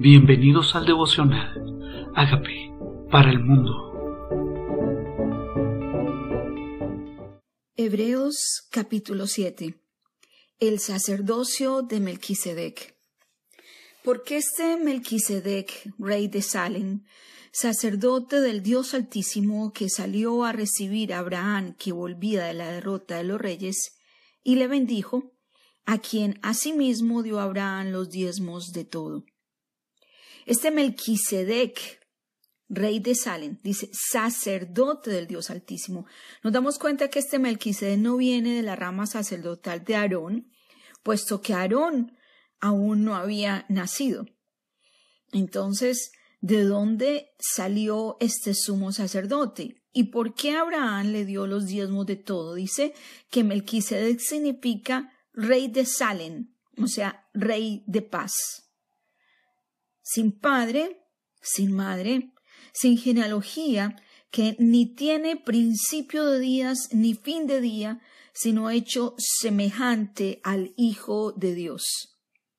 Bienvenidos al devocional Ágape para el mundo. Hebreos capítulo 7. El sacerdocio de Melquisedec. Porque este Melquisedec, rey de Salem, sacerdote del Dios Altísimo, que salió a recibir a Abraham, que volvía de la derrota de los reyes, y le bendijo, a quien asimismo dio a Abraham los diezmos de todo. Este Melquisedec, rey de Salem, dice sacerdote del Dios Altísimo. Nos damos cuenta que este Melquisedec no viene de la rama sacerdotal de Aarón, puesto que Aarón aún no había nacido. Entonces, ¿de dónde salió este sumo sacerdote? ¿Y por qué Abraham le dio los diezmos de todo? Dice que Melquisedec significa rey de Salem, o sea, rey de paz. Sin padre, sin madre, sin genealogía, que ni tiene principio de días ni fin de día, sino hecho semejante al Hijo de Dios.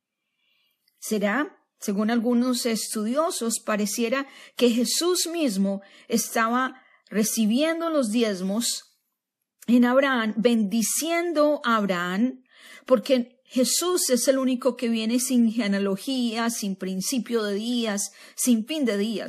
¿Será? Según algunos estudiosos, pareciera que Jesús mismo estaba recibiendo los diezmos en Abraham, bendiciendo a Abraham, porque Jesús es el único que viene sin genealogía, sin principio de días, sin fin de días.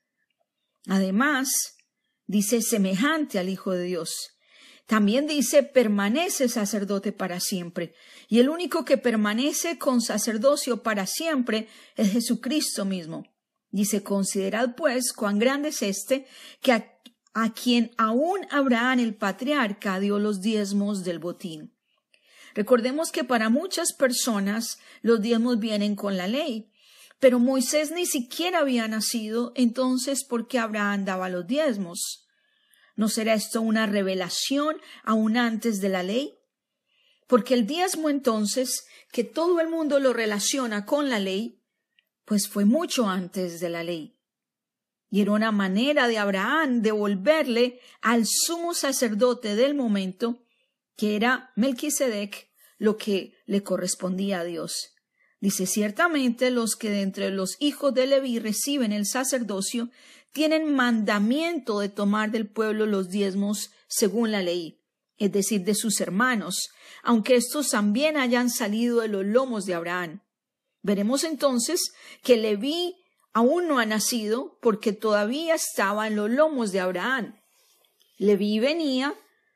Además, dice semejante al Hijo de Dios. También dice permanece sacerdote para siempre. Y el único que permanece con sacerdocio para siempre es Jesucristo mismo. Dice, considerad pues cuán grande es este, que a quien aún Abraham el patriarca dio los diezmos del botín. Recordemos que para muchas personas los diezmos vienen con la ley, pero Moisés ni siquiera había nacido, entonces ¿por qué Abraham daba los diezmos? ¿No será esto una revelación aún antes de la ley? Porque el diezmo entonces, que todo el mundo lo relaciona con la ley, pues fue mucho antes de la ley. Y era una manera de Abraham devolverle al sumo sacerdote del momento, que era Melquisedec, lo que le correspondía a Dios. Dice, ciertamente los que de entre los hijos de Leví reciben el sacerdocio tienen mandamiento de tomar del pueblo los diezmos según la ley, es decir, de sus hermanos, aunque estos también hayan salido de los lomos de Abraham. Veremos entonces que Leví aún no ha nacido porque todavía estaba en los lomos de Abraham. Leví venía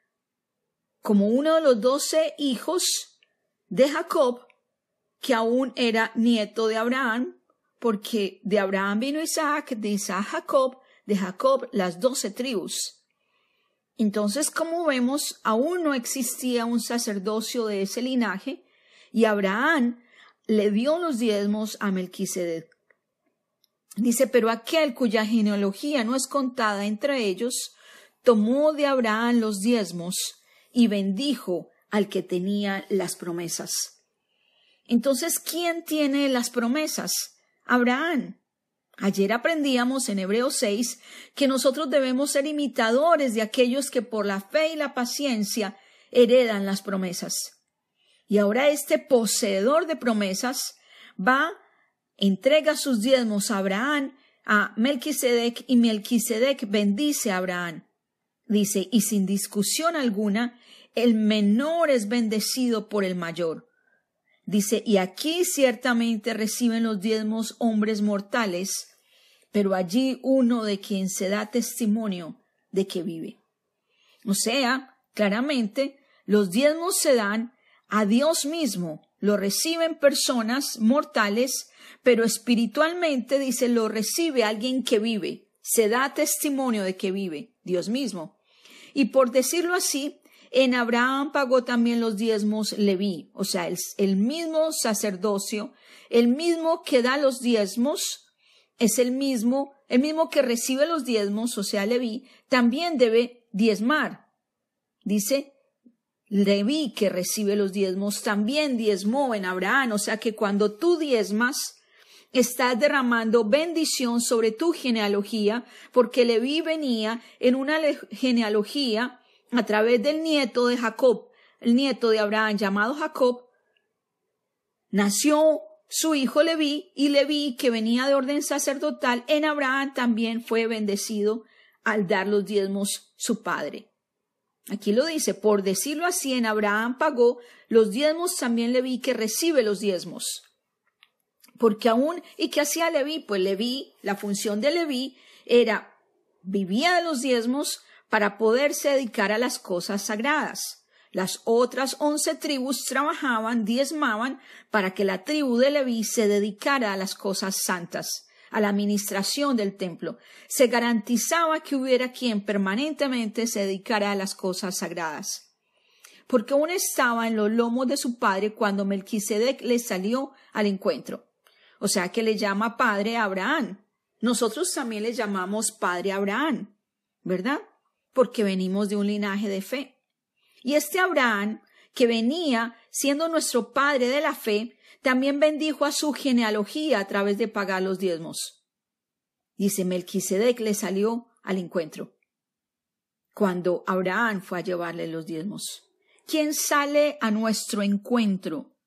como uno de los 12 hijos de Jacob, que aún era nieto de Abraham, porque de Abraham vino Isaac, de Isaac Jacob, de Jacob las 12 tribus. Entonces, como vemos, aún no existía un sacerdocio de ese linaje, y Abraham le dio los diezmos a Melquisedec. Dice, pero aquel cuya genealogía no es contada entre ellos, tomó de Abraham los diezmos, y bendijo al que tenía las promesas. Entonces, ¿quién tiene las promesas? Abraham. Ayer aprendíamos en Hebreos 6 que nosotros debemos ser imitadores de aquellos que por la fe y la paciencia heredan las promesas. Y ahora este poseedor de promesas entrega sus diezmos a Abraham, a Melquisedec, y Melquisedec bendice a Abraham. Dice, y sin discusión alguna, el menor es bendecido por el mayor. Dice, y aquí ciertamente reciben los diezmos hombres mortales, pero allí uno de quien se da testimonio de que vive. O sea, claramente, los diezmos se dan a Dios mismo, lo reciben personas mortales, pero espiritualmente, dice, lo recibe alguien que vive, se da testimonio de que vive, Dios mismo. Y por decirlo así, en Abraham pagó también los diezmos Leví, o sea, el mismo sacerdocio, el mismo que da los diezmos, es el mismo que recibe los diezmos, o sea, Leví, también debe diezmar. Dice, Leví que recibe los diezmos también diezmó en Abraham, o sea que cuando tú diezmas, estás derramando bendición sobre tu genealogía, porque Leví venía en una genealogía a través del nieto de Jacob, el nieto de Abraham llamado Jacob, nació su hijo Leví, y Leví, que venía de orden sacerdotal, en Abraham también fue bendecido al dar los diezmos su padre. Aquí lo dice, por decirlo así, en Abraham pagó los diezmos también Leví, que recibe los diezmos. Porque aún, ¿y qué hacía Leví? Pues Leví, la función de Leví era, vivía de los diezmos para poderse dedicar a las cosas sagradas. Las otras 11 tribus trabajaban, diezmaban, para que la tribu de Leví se dedicara a las cosas santas, a la administración del templo. Se garantizaba que hubiera quien permanentemente se dedicara a las cosas sagradas. Porque aún estaba en los lomos de su padre cuando Melquisedec le salió al encuentro. O sea que le llama padre a Abraham. Nosotros también le llamamos padre a Abraham, ¿verdad? Porque venimos de un linaje de fe. Y este Abraham, que venía siendo nuestro padre de la fe, también bendijo a su genealogía a través de pagar los diezmos. Dice, Melquisedec le salió al encuentro cuando Abraham fue a llevarle los diezmos. ¿Quién sale a nuestro encuentro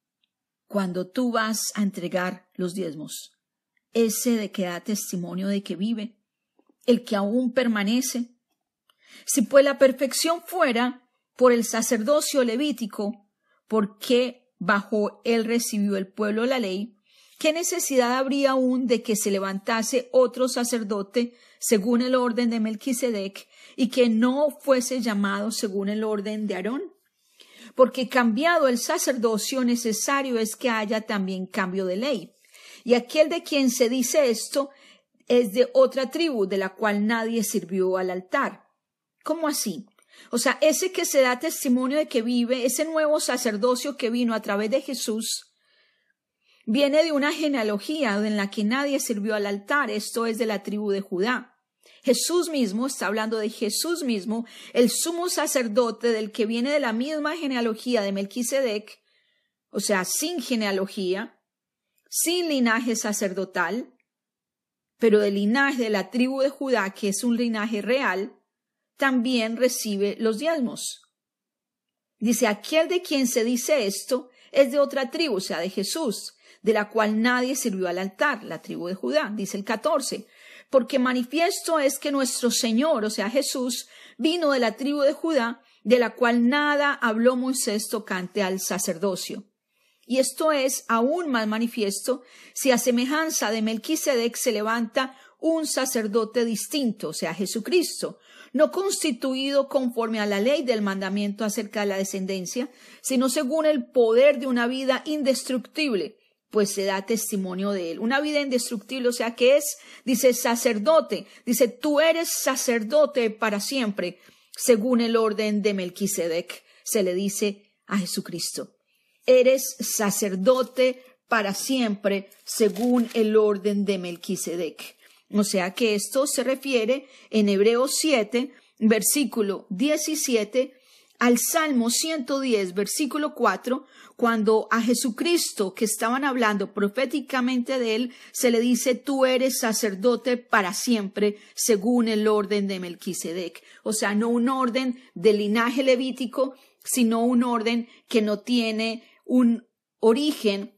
cuando tú vas a entregar los diezmos? Ese de que da testimonio de que vive, el que aún permanece. Si pues la perfección fuera por el sacerdocio levítico, porque bajo él recibió el pueblo la ley, ¿qué necesidad habría aún de que se levantase otro sacerdote según el orden de Melquisedec y que no fuese llamado según el orden de Aarón? Porque cambiado el sacerdocio, necesario es que haya también cambio de ley. Y aquel de quien se dice esto es de otra tribu, de la cual nadie sirvió al altar. ¿Cómo así? O sea, ese que se da testimonio de que vive, ese nuevo sacerdocio que vino a través de Jesús, viene de una genealogía en la que nadie sirvió al altar. Esto es de la tribu de Judá. Jesús mismo, está hablando de Jesús mismo, el sumo sacerdote del que viene de la misma genealogía de Melquisedec, o sea, sin genealogía, sin linaje sacerdotal, pero del linaje de la tribu de Judá, que es un linaje real, también recibe los diezmos. Dice, aquel de quien se dice esto es de otra tribu, o sea, de Jesús, de la cual nadie sirvió al altar, la tribu de Judá, dice el 14. Porque manifiesto es que nuestro Señor, o sea, Jesús, vino de la tribu de Judá, de la cual nada habló Moisés tocante al sacerdocio. Y esto es aún más manifiesto si a semejanza de Melquisedec se levanta un sacerdote distinto, o sea, Jesucristo, no constituido conforme a la ley del mandamiento acerca de la descendencia, sino según el poder de una vida indestructible, pues se da testimonio de él. Una vida indestructible, o sea, que es, dice, sacerdote, dice, tú eres sacerdote para siempre, según el orden de Melquisedec, se le dice a Jesucristo. Eres sacerdote para siempre, según el orden de Melquisedec. O sea que esto se refiere en Hebreos 7, versículo 17, al Salmo 110, versículo 4, cuando a Jesucristo, que estaban hablando proféticamente de él, se le dice, tú eres sacerdote para siempre, según el orden de Melquisedec. O sea, no un orden del linaje levítico, sino un orden que no tiene un origen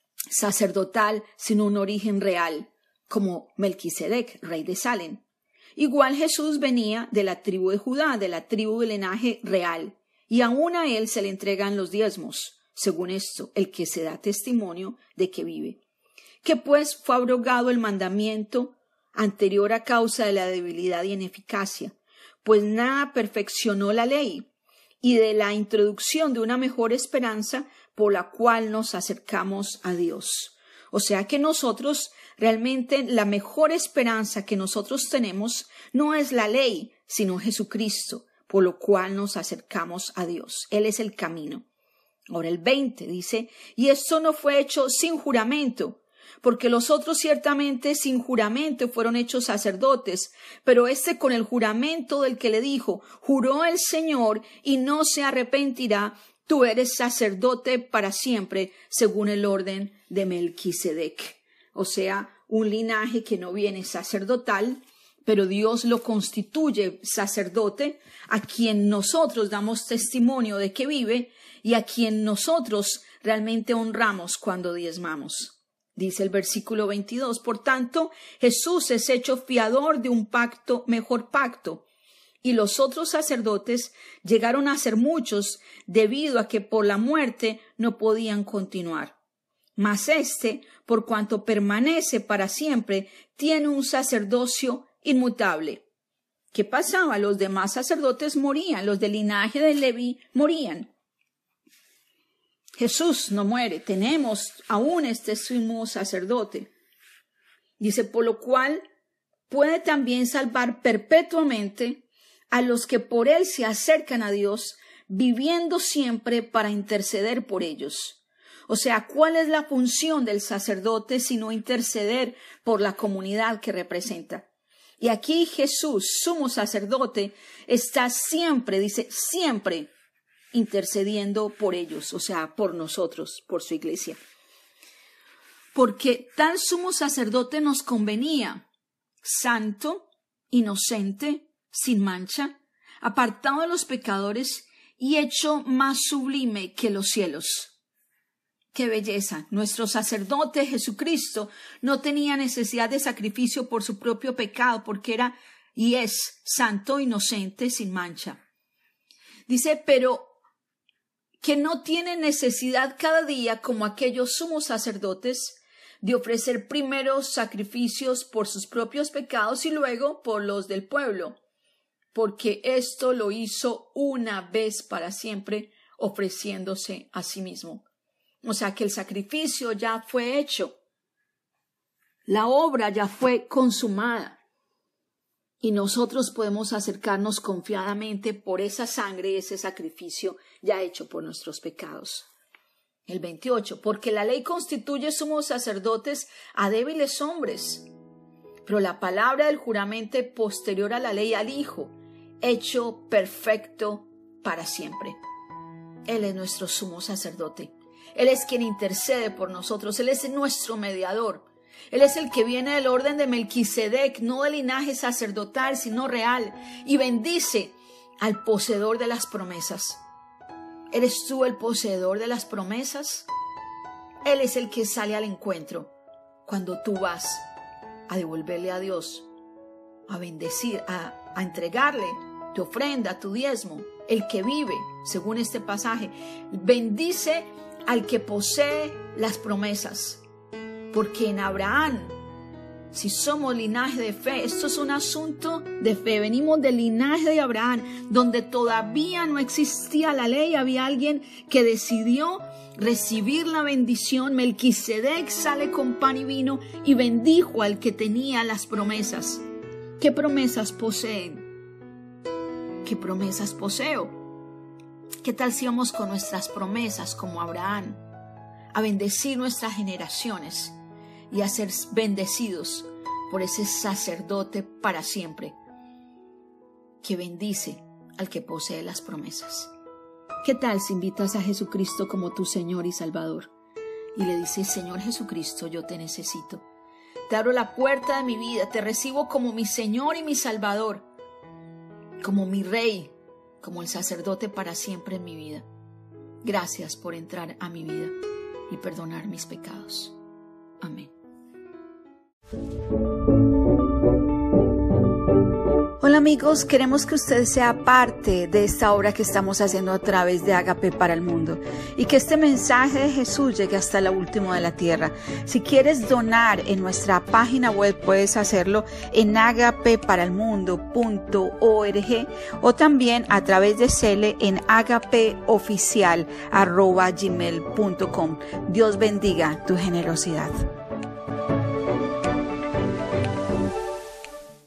sacerdotal, sino un origen real, como Melquisedec, rey de Salem. Igual Jesús venía de la tribu de Judá, de la tribu del linaje real, y aún a él se le entregan los diezmos, según esto, el que se da testimonio de que vive. Que pues fue abrogado el mandamiento anterior a causa de la debilidad y ineficacia, pues nada perfeccionó la ley, y de la introducción de una mejor esperanza por la cual nos acercamos a Dios. O sea que nosotros realmente la mejor esperanza que nosotros tenemos no es la ley, sino Jesucristo, por lo cual nos acercamos a Dios. Él es el camino. Ahora el 20 dice, y esto no fue hecho sin juramento, porque los otros ciertamente sin juramento fueron hechos sacerdotes, pero este con el juramento del que le dijo, juró el Señor y no se arrepentirá, tú eres sacerdote para siempre, según el orden de Melquisedec. O sea, un linaje que no viene sacerdotal, pero Dios lo constituye sacerdote, a quien nosotros damos testimonio de que vive y a quien nosotros realmente honramos cuando diezmamos. Dice el versículo 22, por tanto, Jesús es hecho fiador de un pacto, mejor pacto, y los otros sacerdotes llegaron a ser muchos debido a que por la muerte no podían continuar. Mas éste, por cuanto permanece para siempre, tiene un sacerdocio inmutable. ¿Qué pasaba? Los demás sacerdotes morían, los del linaje de Leví morían. Jesús no muere, tenemos aún este sumo sacerdote. Dice, por lo cual puede también salvar perpetuamente a los que por él se acercan a Dios, viviendo siempre para interceder por ellos. O sea, ¿cuál es la función del sacerdote sino interceder por la comunidad que representa? Y aquí Jesús, sumo sacerdote, está siempre, dice, siempre intercediendo por ellos, o sea, por nosotros, por su iglesia. Porque tal sumo sacerdote nos convenía, santo, inocente, sin mancha, apartado de los pecadores y hecho más sublime que los cielos. ¡Qué belleza! Nuestro sacerdote Jesucristo no tenía necesidad de sacrificio por su propio pecado, porque era y es santo, inocente, sin mancha. Dice, pero que no tiene necesidad cada día, como aquellos sumos sacerdotes, de ofrecer primero sacrificios por sus propios pecados y luego por los del pueblo, porque esto lo hizo una vez para siempre, ofreciéndose a sí mismo. O sea que el sacrificio ya fue hecho, la obra ya fue consumada, y nosotros podemos acercarnos confiadamente por esa sangre y ese sacrificio ya hecho por nuestros pecados. El 28, porque la ley constituye sumos sacerdotes a débiles hombres, pero la palabra del juramento posterior a la ley al Hijo, hecho perfecto para siempre. Él es nuestro sumo sacerdote. Él es quien intercede por nosotros. Él es nuestro mediador. Él es el que viene del orden de Melquisedec, no del linaje sacerdotal, sino real, y bendice al poseedor de las promesas. ¿Eres tú el poseedor de las promesas? Él es el que sale al encuentro cuando tú vas a devolverle a Dios, a bendecir, a entregarle tu ofrenda, tu diezmo. El que vive, según este pasaje, bendice al que posee las promesas. Porque en Abraham, si somos linaje de fe, esto es un asunto de fe, venimos del linaje de Abraham, donde todavía no existía la ley, había alguien que decidió recibir la bendición. Melquisedec sale con pan y vino y bendijo al que tenía las promesas. ¿Qué promesas poseen? ¿Qué promesas poseo? ¿Qué tal si vamos con nuestras promesas como Abraham a bendecir nuestras generaciones y a ser bendecidos por ese sacerdote para siempre que bendice al que posee las promesas? ¿Qué tal si invitas a Jesucristo como tu Señor y Salvador y le dices: Señor Jesucristo, yo te necesito, te abro la puerta de mi vida, te recibo como mi Señor y mi Salvador, como mi Rey, como el sacerdote para siempre en mi vida? Gracias por entrar a mi vida y perdonar mis pecados. Amén. Hola amigos, queremos que usted sea parte de esta obra que estamos haciendo a través de Ágape para el mundo y que este mensaje de Jesús llegue hasta lo último de la tierra. Si quieres donar en nuestra página web, puedes hacerlo en agapeparalmundo.org o también a través de Cele en agapeoficial@gmail.com. Dios bendiga tu generosidad.